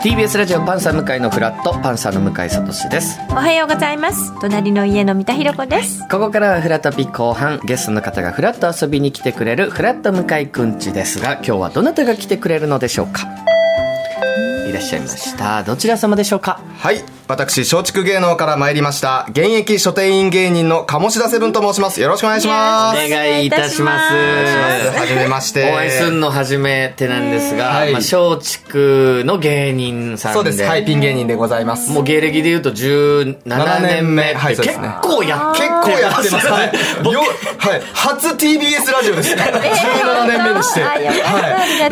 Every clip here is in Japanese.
TBS ラジオパンサー向井のフラット、パンサーの向井聡です。 おはようございます。隣の家の三田寛子です。 ここからはフラトピ後半、ゲストの方がフラット遊びに来てくれるフラット向井くんちですが、今日はどなたが来てくれるのでしょうか。いらっしゃいました。どちら様でしょうか。 はい、私松竹芸能から参りました現役書店員芸人の鴨志田セブンと申します。よろしくお願いします。 お願いいたします。 はじめまして。 お会いするの初めてなんですが、 はい、 松竹の芸人さんで。 そうです。はい、ピン芸人でございます。 もう芸歴でいうと17年目。 はい、そうですね。 結構やってます。 はい、初 TBS ラジオです。17年目にして。はい、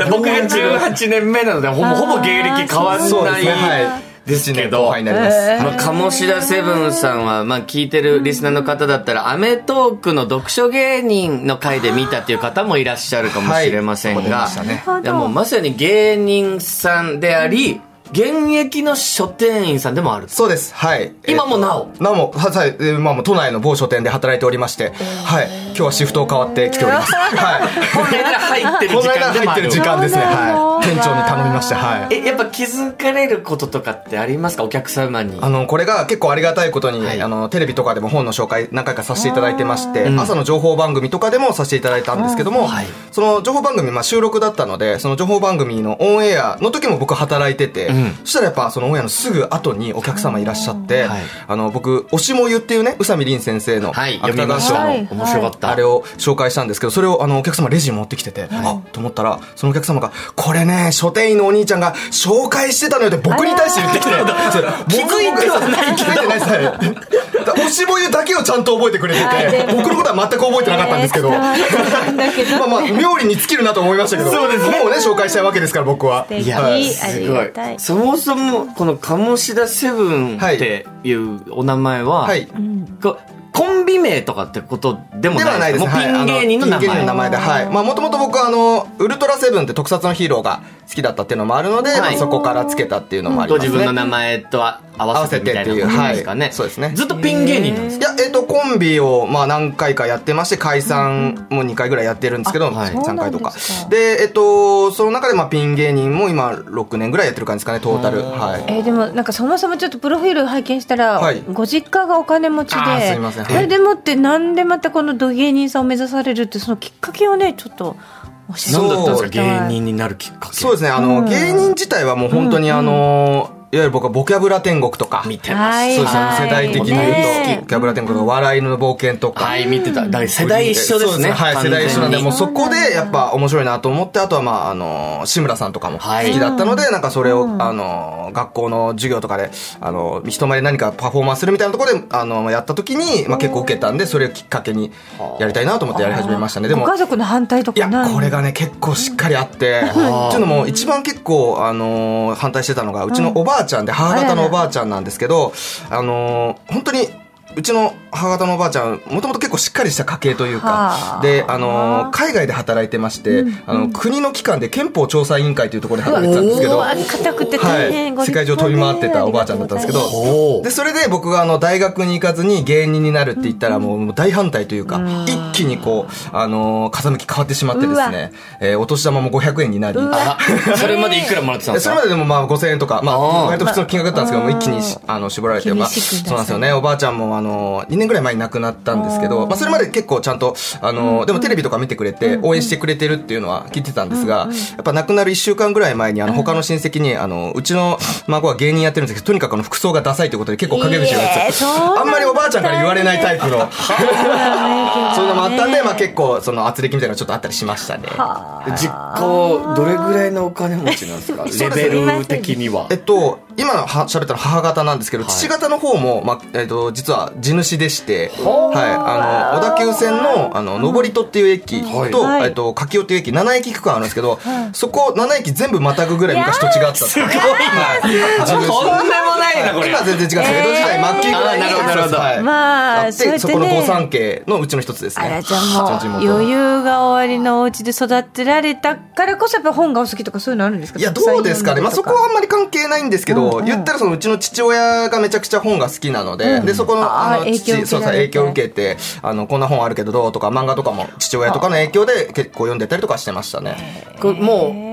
僕が18年目なのでほぼ芸歴変わんないですけど、鴨志田セブンさんは、聞いてるリスナーの方だったらアメトークの読書芸人の回で見たっていう方もいらっしゃるかもしれませんが、でもまさに芸人さんであり、現役の書店員さんでもある。 そうです。はい。 今もなおもう都内の某書店で働いておりまして、はい。今日はシフトを変わってきております。はい。 本来なら入ってる時間でもある。 入ってる時間ですね。はい。店長に頼みました。はい。 やっぱ気づかれることとかってありますか、お客様に。 これが結構ありがたいことに、テレビとかでも本の紹介何回かさせていただいてまして、朝の情報番組とかでもさせていただいたんですけども、その情報番組、収録だったので、その情報番組のオンエアの時も僕働いてて、そしたらやっぱそのオンエアのすぐ後にお客様いらっしゃって、僕推しもゆっていうね、宇佐美凛先生の芥川賞の面白かった、 あれを紹介したんですけど、それをお客様レジに持ってきてて、と思ったらそのお客様が、これね書店員のお兄ちゃんが紹介してたのよって僕に対して言ってきて、 気づいてはないけど、 推しもゆだけをちゃんと覚えてくれてて、僕のことは全く覚えてなかったんですけど、妙利に尽きるなと思いましたけど、そうですね、もうね紹介したいわけですから僕は。 いや、すごい。そもそもこの鴨志田セブンっていうお名前は、コンビ名とかってことでもないですか。もうピン芸人の名前。ピン芸人の名前で、はい。もともと僕はウルトラセブンって特撮のヒーローが好きだったっていうのもあるので、そこからつけたっていうのもありますね。ご自分の名前と合わせてみたいなことですかね。 そうですね。 ずっとピン芸人なんですか。 いや、コンビを何回かやってまして、解散も2回ぐらいやってるんですけど、3回とか。で、その中でピン芸人も今6年ぐらいやってる感じですかね、トータル。はい。 でもなんかそもそもちょっとプロフィール拝見したら、ご実家がお金持ちで、 すいません。 それでもってなんでまたこの土芸人さんを目指されるって、そのきっかけをねちょっと教えて何だったんですか、芸人になるきっかけ。 そうですね、芸人自体はもう本当にいわゆる僕はボキャブラ天国とか見てます。 そうですね、世代的に言うとボキャブラ天国とか笑いの冒険とか、 見てた。世代一緒ですね。 はい、世代一緒なんで、もうそこでやっぱ面白いなと思って、あとは志村さんとかも好きだったので、なんかそれを学校の授業とかで人前で何かパフォーマンスするみたいなところでやった時に結構受けたんで、それをきっかけにやりたいなと思ってやり始めましたね。でもご家族の反対とかない？ いや、これがね結構しっかりあって、っていうのも一番結構反対してたのがうちのおばあちゃんで、母方のおばあちゃんなんですけど、本当にうちの母方のおばあちゃんもともと結構しっかりした家系というかで、海外で働いてまして、国の機関で憲法調査委員会というところで働いてたんですけど、 固くて大変、 世界中飛び回ってたおばあちゃんだったんですけど、でそれで僕が大学に行かずに芸人になるって言ったらもう大反対というか、一気にこう風向き変わってしまってですね、お年玉も500円になり、 それまでいくらもらってたんですか？ それまででも5000円とか、割と普通の金額だったんですけども、一気に絞られて、そうなんですよね。おばあちゃんも2年ぐらい前に亡くなったんですけど、それまで結構ちゃんとでもテレビとか見てくれて応援してくれてるっていうのは聞いてたんですが、やっぱ亡くなる1週間ぐらい前に他の親戚にうちの孫は芸人やってるんですけど、とにかく服装がダサいということで結構陰口を言われて、あんまりおばあちゃんから言われないタイプのそういうのもあったんで、結構その圧力みたいなのちょっとあったりしましたね。 実家はどれぐらいのお金持ちなんですか？レベル的には。 今の喋ったの母方なんですけど、父方の方も実は地主でして、小田急線の登戸っていう駅と柿生っていう駅、7駅区間あるんですけど、そこ7駅全部またぐぐらい昔土地があった。 すごいな。とんでもないなこれ。 今全然違うんです。江戸時代末期ぐらいになるほど。 あって、そこの御三家のうちの一つですね。 じゃあもう余裕がおありのお家で育てられたからこそやっぱ本がお好きとかそういうのあるんですか？ いや、どうですかね。そこはあんまり関係ないんですけど、言ったらうちの父親がめちゃくちゃ本が好きなので、でそこの影響を受けてこんな本あるけどどうとか、漫画とかも父親とかの影響で結構読んでたりとかしてましたね。 もう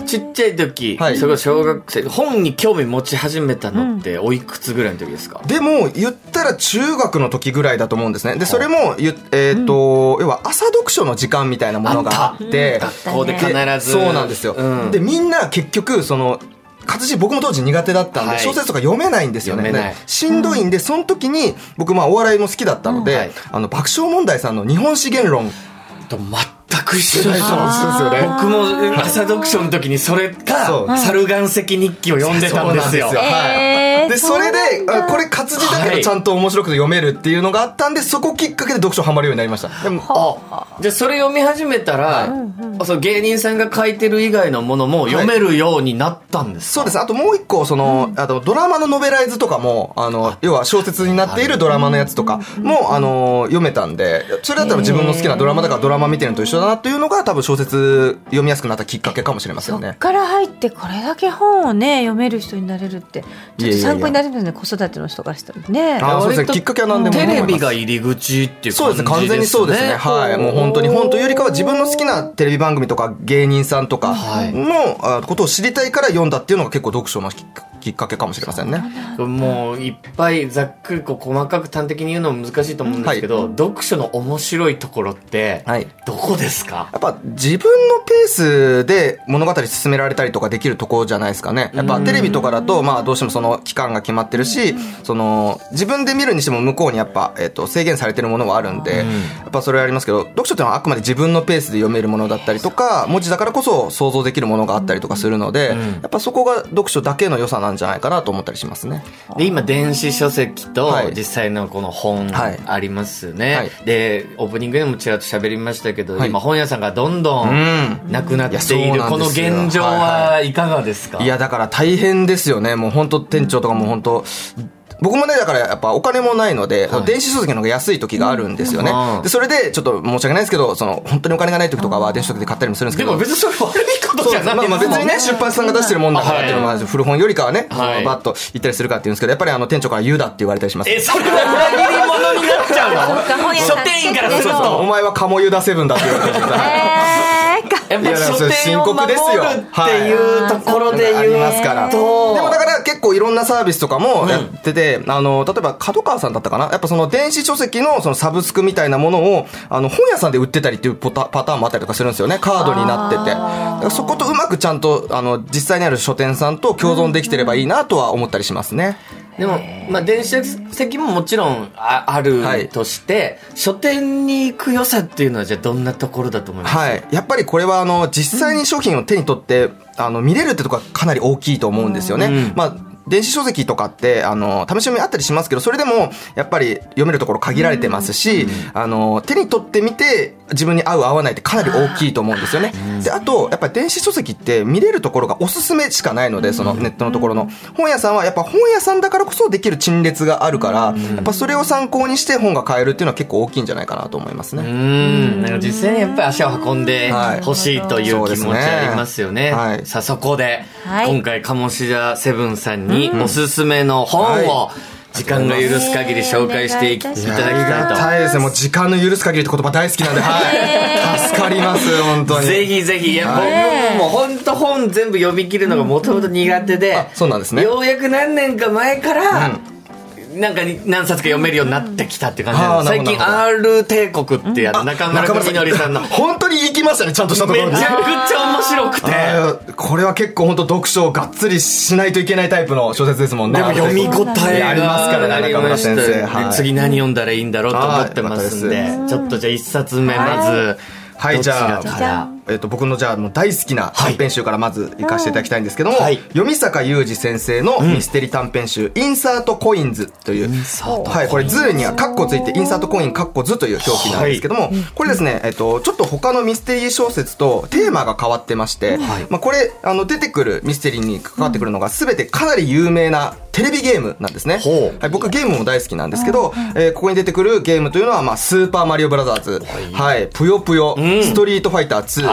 ちっちゃい時、それこそ小学生、本に興味持ち始めたのっておいくつぐらいの時ですか？ でも言ったら中学の時ぐらいだと思うんですね。でそれも要は朝読書の時間みたいなものがあって、 学校で必ずそうなんですよ。でみんな結局活字僕も当時苦手だったんで、小説とか読めないんですよね。しんどいんで、その時に僕お笑いも好きだったので、爆笑問題さんの日本史言論と全く一緒ですよね。僕も朝読書の時にそれか猿岩石日記を読んでたんですよ。でそれでこれ活字だけどちゃんと面白く読めるっていうのがあったんで、そこきっかけで読書ハマるようになりました。でもじゃあそれ読み始めたら、芸人さんが書いてる以外のものも読めるようになったんですか？ そうです。あともう一個あとドラマのノベライズとかも要は小説になっているドラマのやつとかも読めたんで、それだったら自分の好きなドラマだからドラマ見てるのと一緒だなというのが多分小説読みやすくなったきっかけかもしれませんね。 そっから入ってこれだけ本をね読める人になれるってちょっと参考になりますね。子育ての人からしたらね。 そうですね。きっかけは何でもテレビが入り口っていう感じですね。 そうですね。完全にそうですね。はい。もう本当に本というよりかは自分の好きなテレビ番組とか芸人さんとかのことを知りたいから読んだっていうのが結構読書のきっかけかもしれませんね。 もういっぱいざっくり細かく端的に言うのも難しいと思うんですけど、読書の面白いところってどこですか？ やっぱ自分のペースで物語進められたりとかできるところじゃないですかね。やっぱテレビとかだとどうしてもその期間が決まってるし、自分で見るにしても向こうにやっぱ制限されてるものはあるんで、やっぱそれはありますけど、読書っていうのはあくまで自分のペースで読めるものだったりとか、文字だからこそ想像できるものがあったりとかするので、やっぱそこが読書だけの良さなんじゃないかなと思ったりしますね。 で今電子書籍と実際のこの本ありますね。でオープニングでもちらっと喋りましたけど、今本屋さんがどんどんなくなっているこの現状はいかがですか？ いやだから大変ですよね。もう本当店長とかも本当僕もね、だからやっぱお金もないので、電子書籍の方が安い時があるんですよね。でそれでちょっと申し訳ないですけど、本当にお金がない時とかは電子書籍で買ったりもするんですけど、 でも別にそれ悪いことじゃないですもんね。 別にね、出版社さんが出してるもんだからっていうのは古本よりかはね、バッと言ったりするかっていうんですけど、やっぱり店長から言うだって言われたりします。 それは裏切り者になっちゃうの？書店員からするとお前はカモユダセブンだって言われたりします。 やっぱり書店を守るっていうところで言うと、 でもだから結構いろんなサービスとかもやってて、例えば角川さんだったかな、やっぱその電子書籍のそのサブスクみたいなものを本屋さんで売ってたりっていうパターンもあったりとかするんですよね。カードになってて、だからそことうまくちゃんと実際にある書店さんと共存できてればいいなとは思ったりしますね。 でも、電子書籍ももちろんあるとして、書店に行く良さっていうのはじゃあどんなところだと思いますか？ やっぱりこれは実際に商品を手に取って見れるってところがかなり大きいと思うんですよね。電子書籍とかって試し読みあったりしますけど、それでもやっぱり読めるところ限られてますし、手に取ってみて自分に合う合わないってかなり大きいと思うんですよね。であとやっぱり電子書籍って見れるところがおすすめしかないので、そのネットのところの本屋さんはやっぱ本屋さんだからこそできる陳列があるから、やっぱそれを参考にして本が買えるっていうのは結構大きいんじゃないかなと思いますね。 なんか実際にやっぱり足を運んでほしいという気持ちありますよね。さあそこで今回鴨志田セブンさんにおすすめの本を時間が許す限り紹介していただきたいと。 ありがたいですね。もう時間の許す限りって言葉大好きなんで、助かります本当に。 ぜひぜひ。いや僕も本当本全部読み切るのがもともと苦手で、 そうなんですね。 ようやく何年か前からなんか何冊か読めるようになってきたっていう感じなんです。最近 R 帝国ってや中村みのりさんの本当に行きましたね、ちゃんとしたところに。 めちゃくちゃ面白くて、 これは結構本当読書をがっつりしないといけないタイプの小説ですもんね。 でも読み応えありますからね、中村先生。 次何読んだらいいんだろうと思ってますんで、ちょっとじゃあ一冊目まずじゃあ僕のじゃあもう大好きな短編集からまず行かせていただきたいんですけども、読坂雄二先生のミステリ短編集、インサートコインズという、これ図にはカッコついてインサートコインカッコ図という表記なんですけども、これですね、ちょっと他のミステリー小説とテーマが変わってまして、これ出てくるミステリーに関わってくるのが全てかなり有名なテレビゲームなんですね。僕ゲームも大好きなんですけど、ここに出てくるゲームというのはスーパーマリオブラザーズ、ぷよぷよ、ストリートファイター2、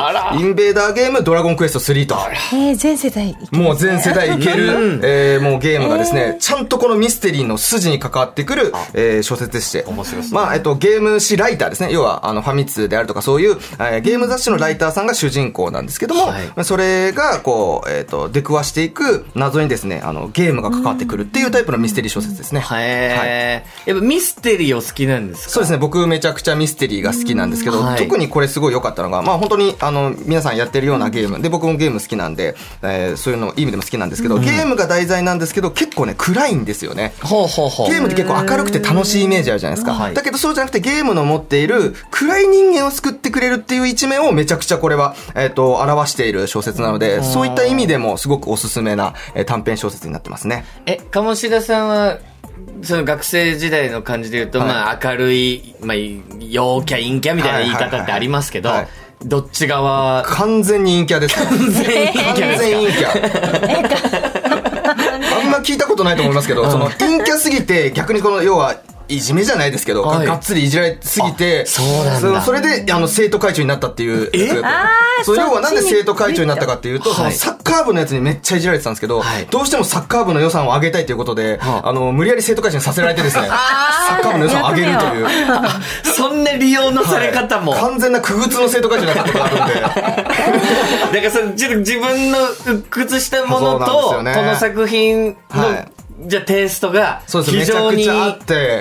インベーダーゲームドラゴンクエスト3と。 全世代いける、 もう全世代いける、もうゲームがですね、ちゃんとこのミステリーの筋に関わってくる、小説でして。 面白そう。 まあ、ゲーム誌ライターですね。要は、ファミ通であるとかそういう、ゲーム雑誌のライターさんが主人公なんですけども、それが、こう、出くわしていく謎にですね、ゲームが関わってくるっていうタイプのミステリー小説ですね。 やっぱミステリーを好きなんですか？ そうですね。僕めちゃくちゃミステリーが好きなんですけど、特にこれすごい良かったのが、まあ本当に皆さんやってるようなゲームで、僕もゲーム好きなんで、そういうのいい意味でも好きなんですけど、ゲームが題材なんですけど結構ね暗いんですよね。ゲームって結構明るくて楽しいイメージあるじゃないですか。だけどそうじゃなくてゲームの持っている暗い人間を救ってくれるっていう一面をめちゃくちゃこれは表している小説なので、そういった意味でもすごくおすすめな短編小説になってますね。 鴨志田さんはその学生時代の感じで言うと、まあ明るい、まあ陽キャ陰キャみたいな言い方ってありますけど、どっち側？ 完全に陰キャです。 完全陰キャですか？ あんま聞いたことないと思いますけど、その陰キャすぎて逆にこの要はいじめじゃないですけど、がっつりいじられすぎて、それで生徒会長になったっていう。要はなんで生徒会長になったかっていうと、そのサッカー部のやつにめっちゃいじられてたんですけど、どうしてもサッカー部の予算を上げたいということで、無理やり生徒会長にさせられてですね、サッカー部の予算を上げるという。 そんな利用のされ方も。 完全な苦靴の生徒会長になったことがあるんで。 だからその自分の屈したものと、この作品の、じゃあテイストが非常にめちゃくちゃあって、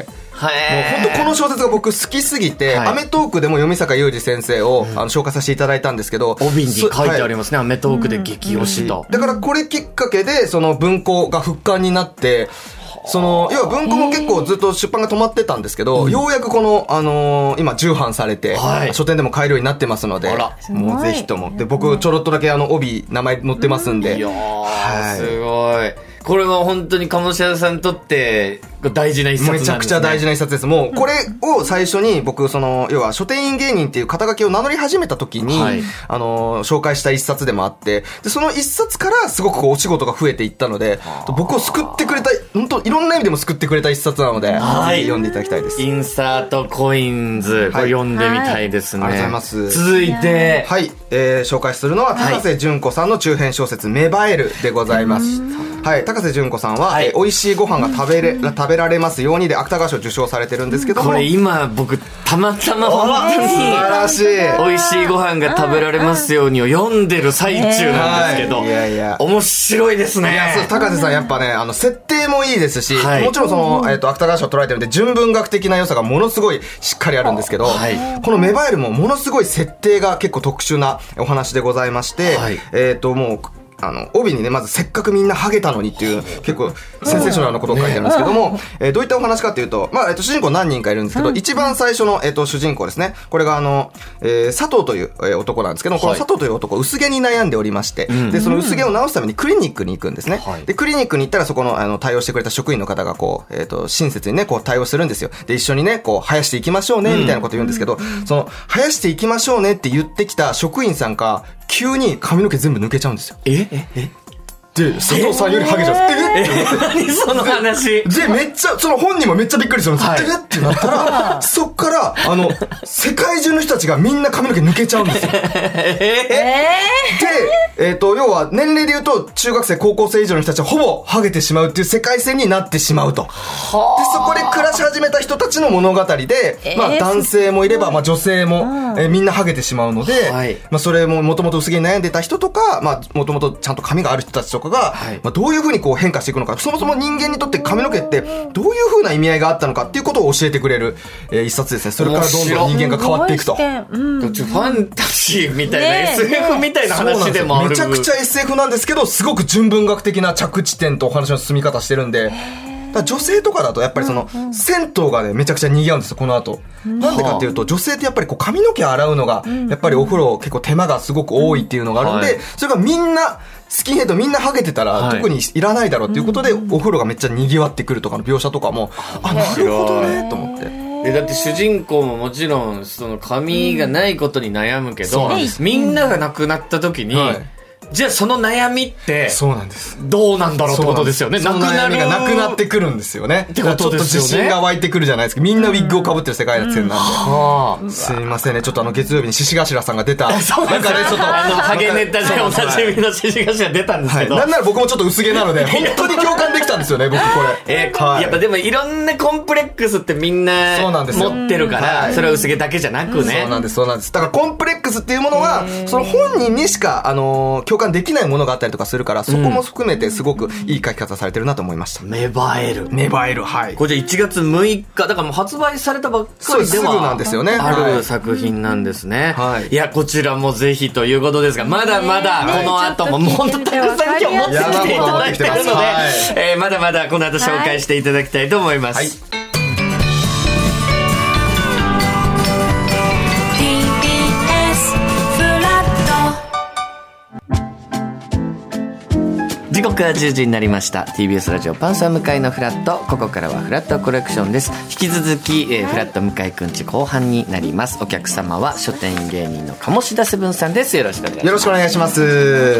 もう本当この小説が僕好きすぎて、アメトークでも読坂雄二先生を紹介させていただいたんですけど、 帯に書いてありますね、アメトークで激推しと。 だからこれきっかけでその文庫が復刊になって、要は文庫も結構ずっと出版が止まってたんですけど、ようやくこの、今重版されて、書店でも買えるようになってますので、もうぜひとも。で、僕ちょろっとだけ帯、名前載ってますんで。 いやー、すごい。これは本当に鴨志田さんにとって大事な一冊なんですね。 めちゃくちゃ大事な一冊です。もうこれを最初に僕要は書店員芸人っていう肩書きを名乗り始めた時に、紹介した一冊でもあって、でその一冊からすごくお仕事が増えていったので、僕を救ってくれた、本当いろんな意味でも救ってくれた一冊なので、ぜひ読んでいただきたいです。 インサートコインズ、これ読んでみたいですね。 ありがとうございます。 続いて、 紹介するのは高瀬純子さんの中編小説芽生えるでございます。高瀬純子さんは、美味しいご飯が食べられますようにで芥川賞を受賞されてるんですけども、 これ今僕たまたま本当に素晴らしい美味しいご飯が食べられますようにを読んでる最中なんですけど、面白いですね。 高瀬さんやっぱね、設定もいいですし、もちろんその、芥川賞を捉えてるんで純文学的な良さがものすごいしっかりあるんですけど、この芽生えるもものすごい設定が結構特殊なお話でございまして、もう帯にね、まずせっかくみんなハゲたのにっていう結構センセーショナルなことを書いてあるんですけども、どういったお話かっていうと、主人公何人かいるんですけど、一番最初の主人公ですね。これが佐藤という男なんですけども、この佐藤という男、薄毛に悩んでおりまして、で、その薄毛を治すためにクリニックに行くんですね。で、クリニックに行ったらそこの対応してくれた職員の方がこう、親切にね、こう対応するんですよ。で、一緒にね、こう生やしていきましょうね、みたいなこと言うんですけど、その生やしていきましょうねって言ってきた職員さんが、急に髪の毛全部抜けちゃうんですよ。で、佐藤さんよりハゲちゃうんです。 何その話。 で、めっちゃ、その本人もめっちゃびっくりするんですよ。ってなったら、そっから、世界中の人たちがみんな髪の毛抜けちゃうんですよ。で、要は年齢で言うと、中学生、高校生以上の人たちはほぼハゲてしまうっていう世界線になってしまうと。で、そこで暮らし始めた人たちの物語で、男性もいれば、女性も、みんなハゲてしまうので、それももともと薄毛に悩んでた人とか、もともとちゃんと髪がある人たちとかが、どういう風にこう変化していくのか、そもそも人間にとって髪の毛ってどういう風な意味合いがあったのかっていうことを教えてくれる、一冊ですね。それからどんどん人間が変わっていくと。 ファンタジーみたいな SF みたいな話でもある。 めちゃくちゃ SF なんですけど、すごく純文学的な着地点とお話の進み方してるんで、女性とかだとやっぱりその、銭湯がね、めちゃくちゃ賑わうんですよ、この後。なんでかっていうと、女性ってやっぱりこう髪の毛洗うのが、やっぱりお風呂結構手間がすごく多いっていうのがあるんで、それがみんな、スキンヘッドみんなハゲてたら、特にいらないだろうっていうことで、お風呂がめっちゃ賑わってくるとかの描写とかも、なるほどね、と思って。 だって主人公ももちろんその髪がないことに悩むけど、みんなが亡くなった時に、 じゃあその悩みってそうなんです。 どうなんだろうってことですよね。 その悩みがなくなってくるんですよね。 ってことですよね。 ちょっと自信が湧いてくるじゃないですか。みんなウィッグを被ってる世界線なんで。すいませんね。ちょっと月曜日に獅子頭さんが出た。なんかね、ちょっとハゲネタでおなじみの獅子頭出たんですけど。 なんなら僕もちょっと薄毛なので、本当に共感できたんですよね、僕これ。 やっぱでもいろんなコンプレックスってみんな持ってるから、それは薄毛だけじゃなくね。 そうなんです、そうなんです。だからコンプレックスっていうものは、その本人にしか、共感できないものがあったりとかするから、そこも含めてすごくいい書き方されてるなと思いました。 芽生える。 芽生える、はい。 これじゃあ1月6日、だからもう発売されたばっかりでは。 すぐなんですよね。 ある作品なんですね。 はい。 いや、こちらもぜひということですが、まだまだこの後も、もう本当たくさん今日持ってきていただいてるので、まだまだこの後紹介していただきたいと思います。はい。時刻は10時になりました。 TBS ラジオパンサー向井のフラット。ここからはフラットコレクションです。引き続き、フラット向井くんち後半になります。お客様は書店芸人の鴨志田セブンさんです。よろしくお願いします。 よろしくお願いします。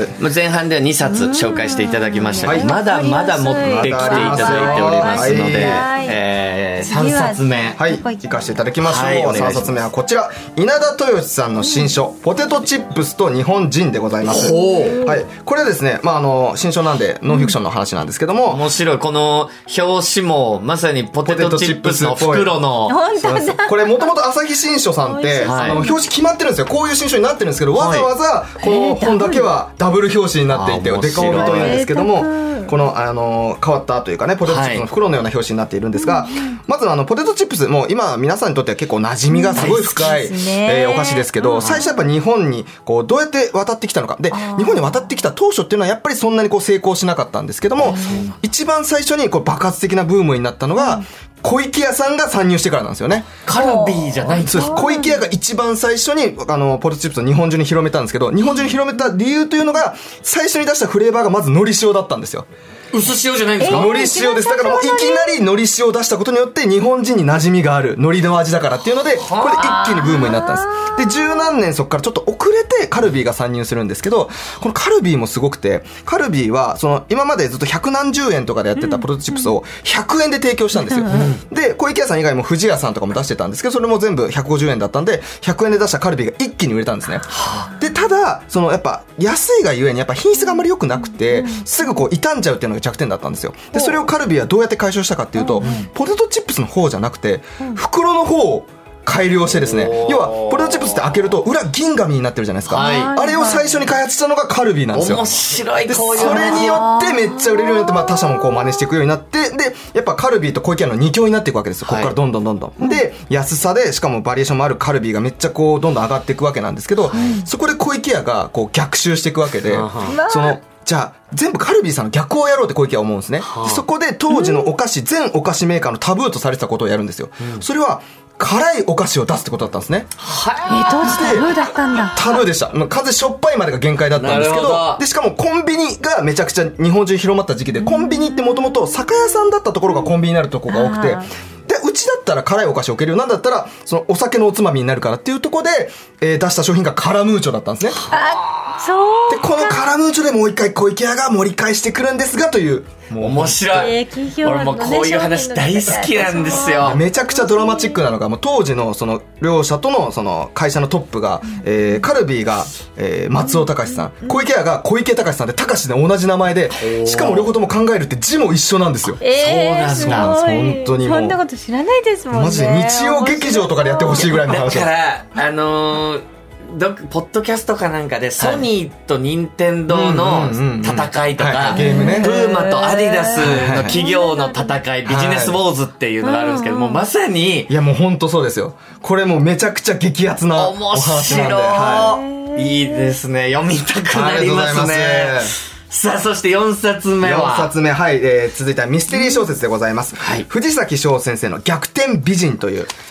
前半では2冊紹介していただきましたが、まだまだ持ってきていただいておりますので、3冊目はい行かせていただきましょう。3冊目はこちら、稲田豊さんの新書、ポテトチップスと日本人でございます。はい、これですね、新書なんでノンフィクションの話なんですけども、 面白い。この表紙もまさにポテトチップスの袋の、 これもともと朝日新書さんって表紙決まってるんですよ。こういう新書になってるんですけど、わざわざこの本だけはダブル表紙になっていて、デカ帯というんですけども、この変わったというかね、ポテトチップスの袋のような表紙になっているんですが、まずポテトチップス、もう今皆さんにとっては結構馴染みがすごい深いお菓子ですけど、最初やっぱ日本にこうどうやって渡ってきたのかで、日本に渡ってきた当初っていうのはやっぱりそんなにこう成功しなかったんですけども、一番最初にこう爆発的なブームになったのが、小池屋さんが参入してからなんですよね。 カルビーじゃないんですか。 そうです。小池屋が一番最初にポテトチップスを日本中に広めたんですけど、日本中に広めた理由というのが、最初に出したフレーバーがまず海苔塩だったんですよ。 薄塩じゃないんですか。 海苔塩です。だからもういきなり海苔塩を出したことによって日本人に馴染みがある海苔の味だからっていうので、これで一気にブームになったんです。で、十何年そこからちょっと遅れてカルビーが参入するんですけど、このカルビーもすごくて、カルビーは今までずっと百何十円とかでやってたポテトチップスを100円で提供したんですよ。で、小池屋さん以外も藤屋さんとかも出してたんですけど、それも全部150円だったんで、100円で出したカルビーが一気に売れたんですね。で、ただやっぱ安いがゆえにやっぱ品質があんまり良くなくて、すぐこう傷んじゃうっていうのが弱点だったんですよ。で、それをカルビーはどうやって解消したかっていうと、ポテトチップスの方じゃなくて、袋の方を改良してですね、要はポテトチップスって開けると裏銀紙になってるじゃないですか、あれを最初に開発したのがカルビーなんですよ。 面白い。 でそれによってめっちゃ売れるようになって、他社もこう真似していくようになって、でやっぱカルビーと小池屋の2強になっていくわけですよ。ここからどんどんで、安さでしかもバリエーションもあるカルビーがめっちゃこうどんどん上がっていくわけなんですけど、そこで小池屋がこう逆襲していくわけで、じゃあ全部カルビーさんの逆をやろうって小池は思うんですね。でそこで当時のお菓子、全お菓子メーカーのタブーとされてたことをやるんですよ。それは辛いお菓子を出すってことだったんですね。 当時タブーだったんだ。 タブーでした。風しょっぱいまでが限界だったんですけど、でしかもコンビニがめちゃくちゃ日本中に広まった時期で、コンビニってもともと酒屋さんだったところがコンビニになるところが多くて、でうちだったら辛いお菓子を置けるよ。なんだったらお酒のおつまみになるからっていうところで、出した商品がカラムーチョだったんですね。でこのカラムーチョでもう一回小池屋が盛り返してくるんですがという。 面白い。俺もこういう話大好きなんですよ。 めちゃくちゃドラマチックなのが、もう当時の両社との会社のトップが、カルビーが、松尾隆さん、小池屋が小池隆さんで、隆で同じ名前で、しかも両方とも考えるって字も一緒なんですよ。 そうなんだ。 本当にもうそんなこと知らないですもんね。 マジで日曜劇場とかでやってほしいぐらいの話。 だからポッドキャストかなんかでソニーと任天堂の戦いとか、プーマとアディダスの企業の戦い、ビジネスウォーズっていうのがあるんですけども、まさに、 いやもう本当そうですよ。これもうめちゃくちゃ激アツなお話なんで、 いいですね。読みたくなりますね。さあ、そして4冊目は 4冊目、続いてはミステリー小説でございます。藤崎翔先生の逆転美人という、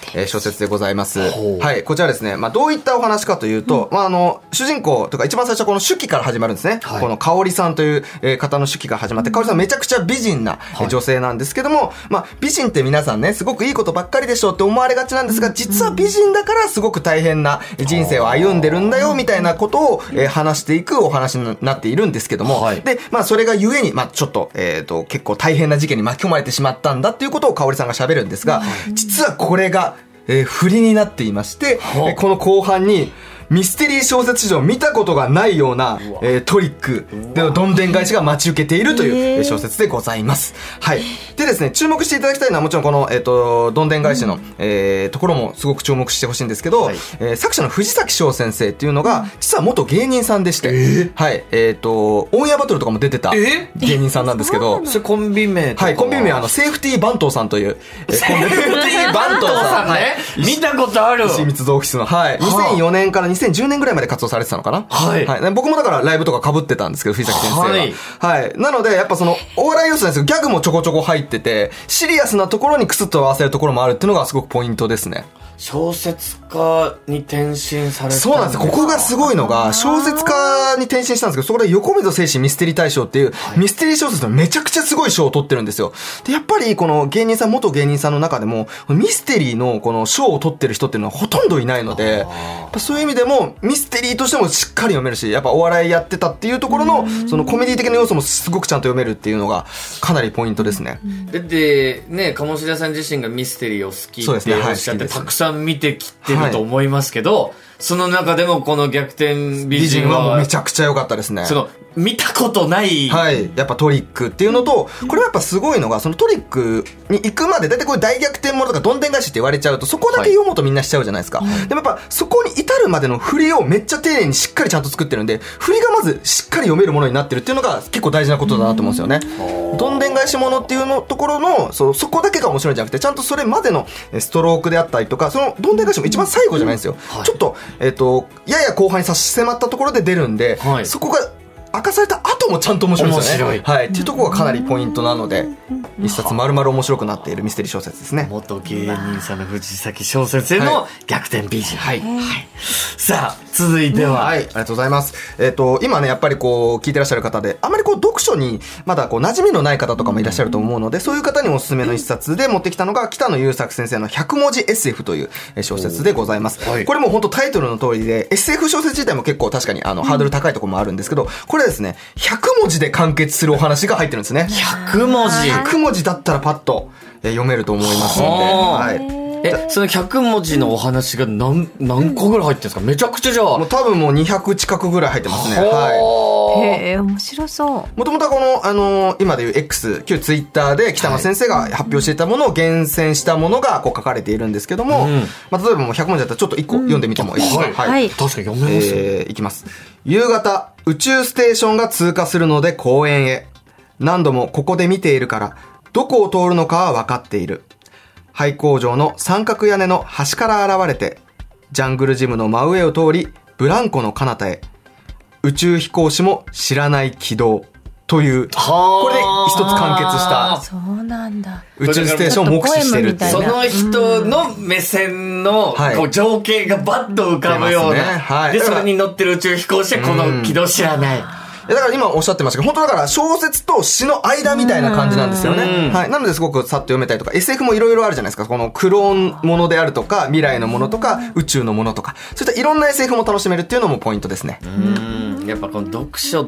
小説でございます。はい、こちらですね、どういったお話かというと、主人公とか一番最初はこの手記から始まるんですね。この香織さんという方の手記から始まって、香織さんめちゃくちゃ美人な女性なんですけども、美人って皆さんね、すごくいいことばっかりでしょって思われがちなんですが、実は美人だからすごく大変な人生を歩んでるんだよみたいなことを話していくお話になっているんですけども、で、それがゆえに、ちょっと、結構大変な事件に巻き込まれてしまったんだっていうことを香織さんが喋るんですが、実はこれが、振りになっていまして、この後半に、ミステリー小説史上見たことがないような、トリックでのどんでん返しが待ち受けているという小説でございます。はい。でですね、注目していただきたいのはもちろんこの、どんでん返しの、ところもすごく注目してほしいんですけど、作者の藤崎翔先生っていうのが、実は元芸人さんでして、はい。オンエアバトルとかも出てた芸人さんなんですけど、 それコンビ名とかはい、コンビ名はセーフティーバントーさんという、 セーフティーバントーさんね。見たことある。 石密造オフィスの、はい。2004年から2010年ぐらいまで活動されてたのかな。はい。はい。僕もだからライブとか被ってたんですけど、藤崎先生は。はい。はい。なので、やっぱその、お笑い要素なんですけど、ギャグもちょこちょこ入ってて、シリアスなところにクスッと合わせるところもあるっていうのがすごくポイントですね。 小説家に転身されたんですか？ そうなんです。ここがすごいのが、小説家に転身したんですけど、そこで横溝正史ミステリー大賞っていう、ミステリー小説のめちゃくちゃすごい賞を取ってるんですよ。で、やっぱりこの芸人さん、元芸人さんの中でも、ミステリーのこの賞を取ってる人っていうのはほとんどいないので、やっぱそういう意味でも、ミステリーとしてもしっかり読めるし、やっぱお笑いやってたっていうところの、そのコメディ的な要素もすごくちゃんと読めるっていうのが、かなりポイントですね。 で、ね、鴨志田さん自身がミステリーを好きっておっしゃって、たくさん見てきてると思いますけど、その中でもこの逆転美人はもうめちゃくちゃ良かったですね。 その見たことないはい、やっぱトリックっていうのと、これはやっぱすごいのが、そのトリックに行くまでだいたいこういう大逆転ものとかどんでん返しって言われちゃうと、そこだけ読もうとみんなしちゃうじゃないですか。でもやっぱそこに至るまでの振りをめっちゃ丁寧にしっかりちゃんと作ってるんで、振りがまずしっかり読めるものになってるっていうのが結構大事なことだなと思うんですよね。どんでん返しものっていうのところのそこだけが面白いんじゃなくて、ちゃんとそれまでのストロークであったりとか、そのどんでん返しも一番最後じゃないんですよ。ちょっとやや後半に差し迫ったところで出るんで、そこが明かされた後もちゃんと面白いんですよね。面白い。はい。っていうところがかなりポイントなので、一冊丸々面白くなっているミステリー小説ですね。 元芸人さんの藤崎翔先生の逆転美人。はい。はい。さあ、続いては。 はい。ありがとうございます。今ね、やっぱりこう、聞いてらっしゃる方で、あまりこう、読書にまだこう、馴染みのない方とかもいらっしゃると思うので、そういう方におすすめの一冊で持ってきたのが、北野優作先生の100文字 SF という小説でございます。これも本当タイトルの通りで、SF 小説自体も結構確かにハードル高いところもあるんですけど、これですね、100文字で完結するお話が入ってるんですね。 100文字 ?100 文字だったらパッと読めると思いますので。はい。 その100文字のお話が何個ぐらい入ってるんですか？めちゃくちゃじゃあ。 もう多分もう200近くぐらい入ってますね。はい。 へえ、面白そう。 もともとはこの、今でいう X、旧ツイッターで北野先生が発表していたものを厳選したものがこう書かれているんですけども、例えばもう100文字だったらちょっと1個読んでみてもいいですか？ はい。確かに読めますね。 いきます。夕方、宇宙ステーションが通過するので公園へ。何度もここで見ているから、どこを通るのかは分かっている。廃工場の三角屋根の端から現れて、ジャングルジムの真上を通り、ブランコの彼方へ。宇宙飛行士も知らない軌道。という、これで一つ完結した。 そうなんだ。 宇宙ステーションを目視してるっていう。 その人の目線のこう情景がバッと浮かぶような。で、それに乗ってる宇宙飛行士はこの軌道知らない。 だから今おっしゃってましたけど、本当だから小説と詩の間みたいな感じなんですよね。はい。なのですごくさっと読めたりとか、SF もいろいろあるじゃないですか。このクローンものであるとか、未来のものとか、宇宙のものとか、そういったいろんな SF も楽しめるっていうのもポイントですね。 やっぱこの読書って、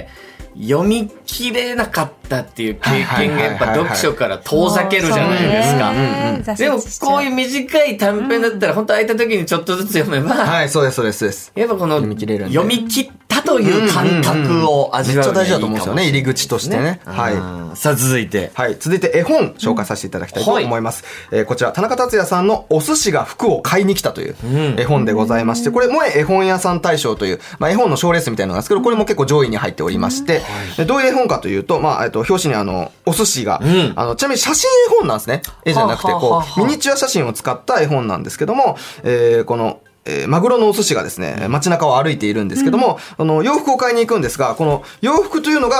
読み切れなかったっていう経験がやっぱ読書から遠ざけるじゃないですか。でもこういう短い短編だったら本当空いた時にちょっとずつ読めば。 はい、そうです、そうです。 やっぱこの読み切ったという感覚を味わうのがいいかもしれない。めっちゃ大事だと思うんですよね、 入り口としてね。はい。 さあ続いて。 はい、続いて絵本紹介させていただきたいと思います。こちら、田中達也さんのお寿司が服を買いに来たという絵本でございまして、これ、萌え絵本屋さん大賞という、絵本の賞レースみたいなのなんですけど、これも結構上位に入っておりまして、どういう絵本かというと、表紙にお寿司が、ちなみに写真絵本なんですね。絵じゃなくて、こう、ミニチュア写真を使った絵本なんですけども、この、マグロのお寿司がですね、街中を歩いているんですけども、洋服を買いに行くんですが、この洋服というのが、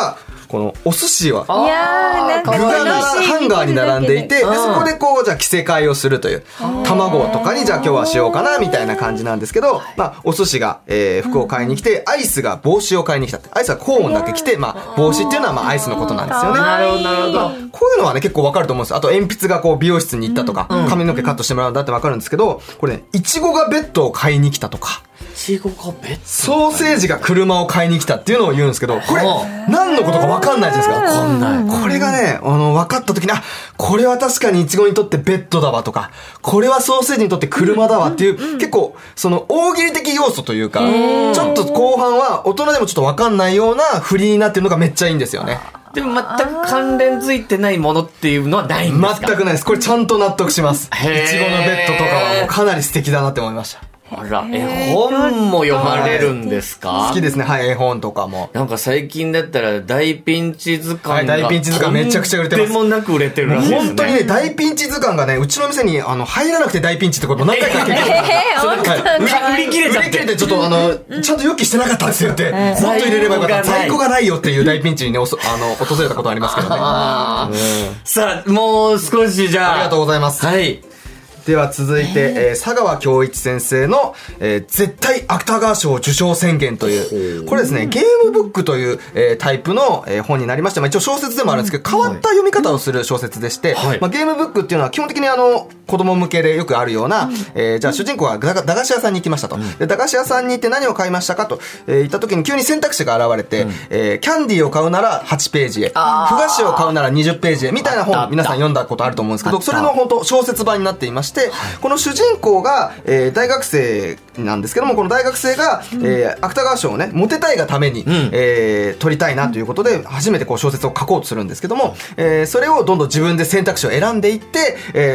このお寿司はいやー、なんか具がハンガーに並んでいて、でそこでこうじゃあ着せ替えをするという、卵とかにじゃあ今日はしようかなみたいな感じなんですけど、まあお寿司が、服を買いに来て、アイスが帽子を買いに来たって、アイスはコーンだけ来て、まあ帽子っていうのはまあアイスのことなんですよね。 なるほどなるほど。 こういうのはね結構わかると思うんですよ。あと鉛筆がこう美容室に行ったとか、髪の毛カットしてもらうんだってわかるんですけど、これね、いちごがベッドを買いに来たとか、 いちごがベッド、 ソーセージが車を買いに来たっていうのを言うんですけど、これ何のことか分かんないじゃないですか。 わかんない。 これがね、分かった時に、あ、これは確かにイチゴにとってベッドだわとか、これはソーセージにとって車だわっていう、結構その大喜利的要素というか、ちょっと後半は大人でもちょっと分かんないような振りになってるのがめっちゃいいんですよね。 でも全く関連づいてないものっていうのはないんですか？ 全くないです。これちゃんと納得します。いちごのへーベッドとかはもうかなり素敵だなって思いました。 あら、絵本も読まれるんですか？ 好きですね。はい、絵本とかも。 なんか最近だったら大ピンチ図鑑が、 はい、大ピンチ図鑑めちゃくちゃ売れてます。 とんでもなく売れてるらしいですね。 本当にね、大ピンチ図鑑がね、うちの店に入らなくて大ピンチってこと何回か経験して売り切れちゃって。 売り切れてちょっとちゃんと予期してなかったんですよって。もっと入れればよかった。在庫がないよっていう大ピンチにね、訪れたことありますけどね。 さあ、もう少しじゃあ。 ありがとうございます。 はい。 では続いて、佐川恭一先生の、絶対芥川賞受賞宣言という、これですね、ゲームブックという、タイプの、本になりまして、まあ、一応小説でもあるんですけど、変わった読み方をする小説でして、まあ、ゲームブックっていうのは基本的に子供向けでよくあるような、じゃあ主人公が駄菓子屋さんに行きましたと。で駄菓子屋さんに行って何を買いましたかと、言った時に急に選択肢が現れて、キャンディーを買うなら8ページへ、ふ菓子を買うなら20ページへ、みたいな本、皆さん読んだことあると思うんですけど、それの本当小説版になっていまして、この主人公が、大学生なんですけども、この大学生が、芥川賞をね、モテたいがために、取りたいなということで、初めてこう小説を書こうとするんですけども、それをどんどん自分で選択肢を選んでいって、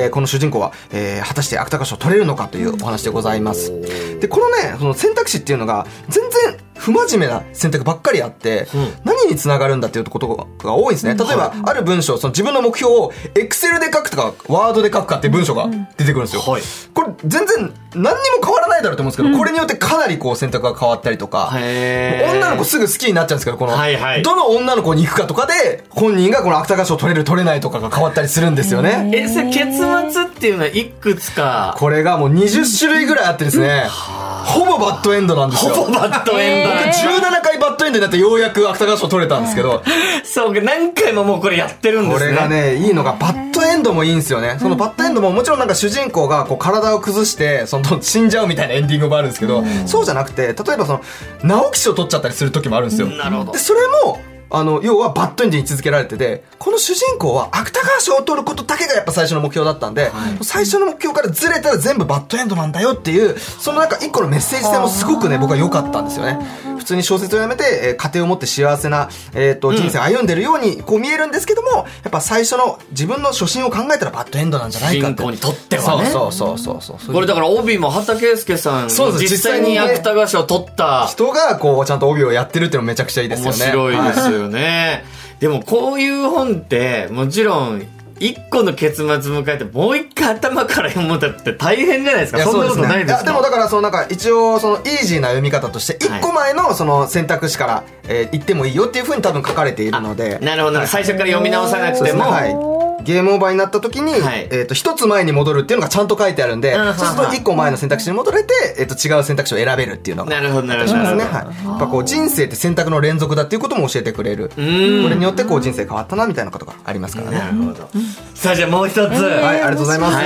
この主人公は、果たして芥川賞を取れるのかというお話でございます。で、このね、その選択肢っていうのが、全然不真面目な選択ばっかりあって、何につながるんだっていうことが多いんですね。例えば、ある文章、その自分の目標を Excel で書くとか、ワードで書くかっていう文章が出てくるんですよ。これ全然何にも変わらないだろうと思うんですけど、これによってかなりこう選択が変わったりとか、女の子すぐ好きになっちゃうんですけど、この、どの女の子に行くかとかで、本人がこの芥川賞取れる取れないとかが変わったりするんですよね。 それ結末っていうのはいくつか。 これがもう20種類ぐらいあってですね、ほぼバッドエンドなんですよ。 ほぼバッドエンド。 僕17回バッドエンドになってようやく芥川賞取れたんですけど。 そうか、何回ももうこれやってるんですね。 これがね、いいのがバッドエンドもいいんですよね。そのバッドエンドももちろんなんか主人公がこう体を崩して、死んじゃうみたいなエンディングもあるんですけど、そうじゃなくて、例えば直木賞取っちゃったりする時もあるんですよ。 なるほど。 で、それも、要はバッドエンドに続けられてて、この主人公は芥川賞を取ることだけがやっぱ最初の目標だったんで、最初の目標からずれたら全部バッドエンドなんだよっていう、そのなんか一個のメッセージ性もすごくね、僕は良かったんですよね。普通に小説をやめて、家庭を持って幸せな、人生を歩んでるようにこう見えるんですけども、やっぱ最初の自分の初心を考えたらバッドエンドなんじゃないかって。 主人公にとってはね。 そう。 これだから帯も畑圭介さん、実際に芥川賞を取った人がこうちゃんと帯をやってるっていうのもめちゃくちゃいいですよね。 面白いですよね。でもこういう本ってもちろん一個の結末迎えてもう一回頭から読むんだって大変じゃないですか。そんなことないですか？ でもだからなんか一応イージーな読み方として一個前の選択肢から言ってもいいよっていうふうに多分書かれているので。 なるほど、最初から読み直さなくても。 ゲームオーバーになった時に、一つ前に戻るっていうのがちゃんと書いてあるんで、そうすると一個前の選択肢に戻れて、違う選択肢を選べるっていうのが。 なるほど、なるほど。 やっぱこう人生って選択の連続だっていうことも教えてくれる。これによってこう人生変わったなみたいなことがありますからね。 なるほど。さあじゃあもう一つ。 はい、ありがとうございます。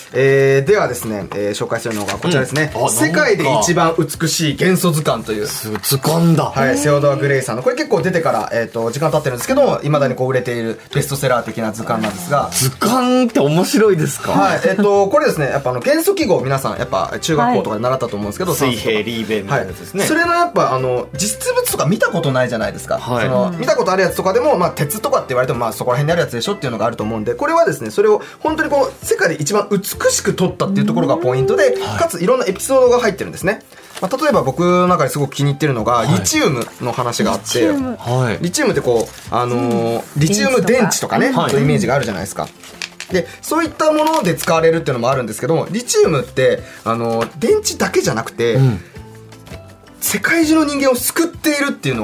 ではですね、紹介するのがこちらですね。世界で一番美しい元素図鑑という。 図鑑だ。 はい、セオドア・グレイさんの。これ結構出てから、時間経ってるんですけど、未だにこう売れているベストセラー的な図鑑なんですが。 図鑑って面白いですか？ はい、これですね、やっぱ元素記号皆さんやっぱ中学校とかで習ったと思うんですけど、 水平リーベンみたいなやつですね。 それのやっぱ実物とか見たことないじゃないですか。見たことあるやつとかでも、鉄とかって言われてもそこら辺にあるやつでしょっていうのがあると思うんで、これはですね、それを本当にこう世界で一番美しく撮ったっていうところがポイントで、かついろんなエピソードが入ってるんですね。例えば僕の中ですごく気に入ってるのがリチウムの話があって、リチウムってこうリチウム電池とかね、そういうイメージがあるじゃないですか。でそういったもので使われるっていうのもあるんですけども、リチウムって電池だけじゃなくて、世界中の人間を救っているっていうのが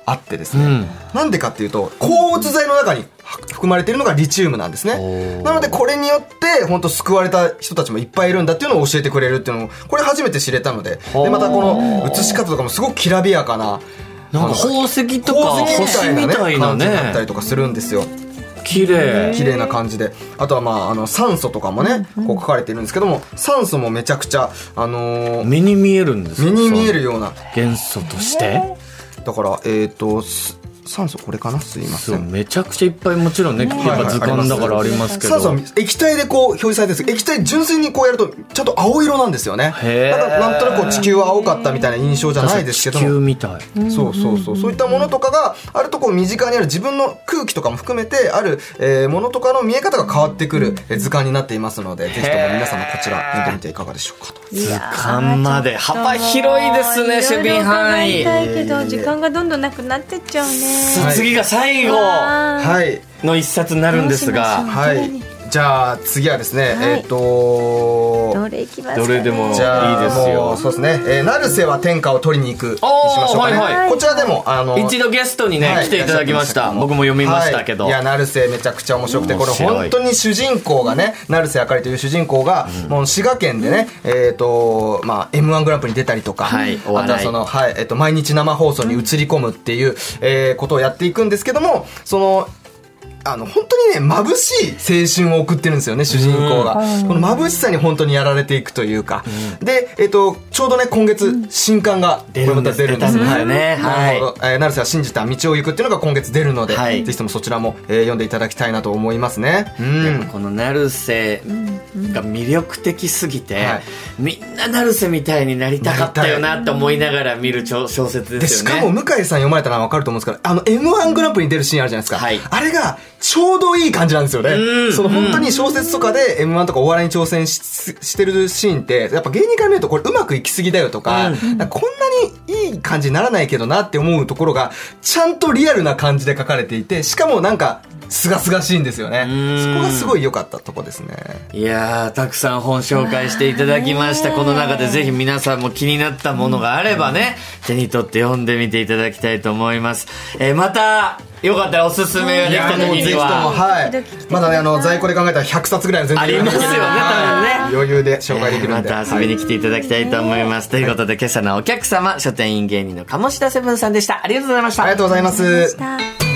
あってですね、なんでかっていうと鉱物剤の中に含まれているのがリチウムなんですね。なのでこれによって本当救われた人たちもいっぱいいるんだっていうのを教えてくれるっていうのもこれ初めて知れたので、でまたこの映し方とかもすごくきらびやかな、 なんか宝石とか星みたいな感じだったりとかするんですよ。 綺麗な感じで、あとは酸素とかもね、こう書かれているんですけども、酸素もめちゃくちゃ目に見えるんですか？ 目に見えるような元素としてだから酸素これかな、すいません。 めちゃくちゃいっぱいもちろんね、やっぱ図鑑だからありますけど、 酸素は液体でこう表示されてるんですけど、液体純粋にこうやるとちゃんと青色なんですよね。だからなんとなくこう地球は青かったみたいな印象じゃないですけども、 地球みたい、 そういったものとかがあるとこう身近にある自分の空気とかも含めてある、ものとかの見え方が変わってくる図鑑になっていますので、ぜひとも皆様こちら見てみていかがでしょうかと。 図鑑まで幅広いですね、守備範囲。 けど時間がどんどんなくなってっちゃうね。 次が最後の一冊になるんですが、 じゃあ次はですね、 どれいきますかね。 どれでもいいですよ。 そうですね、成瀬は天下を取りに行くにしましょうかね。こちらでも一度ゲストにね来ていただきました。僕も読みましたけど、 いや成瀬めちゃくちゃ面白くて、これ本当に主人公がね、成瀬あかりという主人公がもう滋賀県でね、M1 グランプリに出たりとか、あとはその毎日生放送に映り込むっていうことをやっていくんですけども、その本当にね眩しい青春を送ってるんですよね、主人公が。この眩しさに本当にやられていくというか、で、ちょうどね今月新刊が出るんですよね。 成瀬は信じた道を行くっていうのが今月出るので、ぜひともそちらも読んでいただきたいなと思いますね。 この成瀬が魅力的すぎて、みんな成瀬みたいになりたかったよなって思いながら見る小説ですよね。 しかも向井さん読まれたのは分かると思うんですけど、M1 グランプリに出るシーンあるじゃないですか、あれがちょうどいい感じなんですよね。その本当に小説とかで M1 とかお笑いに挑戦してるシーンってやっぱ芸人から見るとこれうまくいきすぎだよとか、こんなにいい感じにならないけどなって思うところがちゃんとリアルな感じで書かれていて、しかもなんかすがすがしいんですよね。そこがすごい良かったとこですね。 いやー、たくさん本紹介していただきました。この中でぜひ皆さんも気になったものがあればね、手に取って読んでみていただきたいと思います。またよかったらおすすめができた時には、 まだね在庫で考えたら100冊ぐらいは全然ありますよね、多分ね。 余裕で紹介できるんで、 また遊びに来ていただきたいと思います。ということで今朝のお客様、書店員芸人の鴨志田セブンさんでした。ありがとうございました。 ありがとうございます。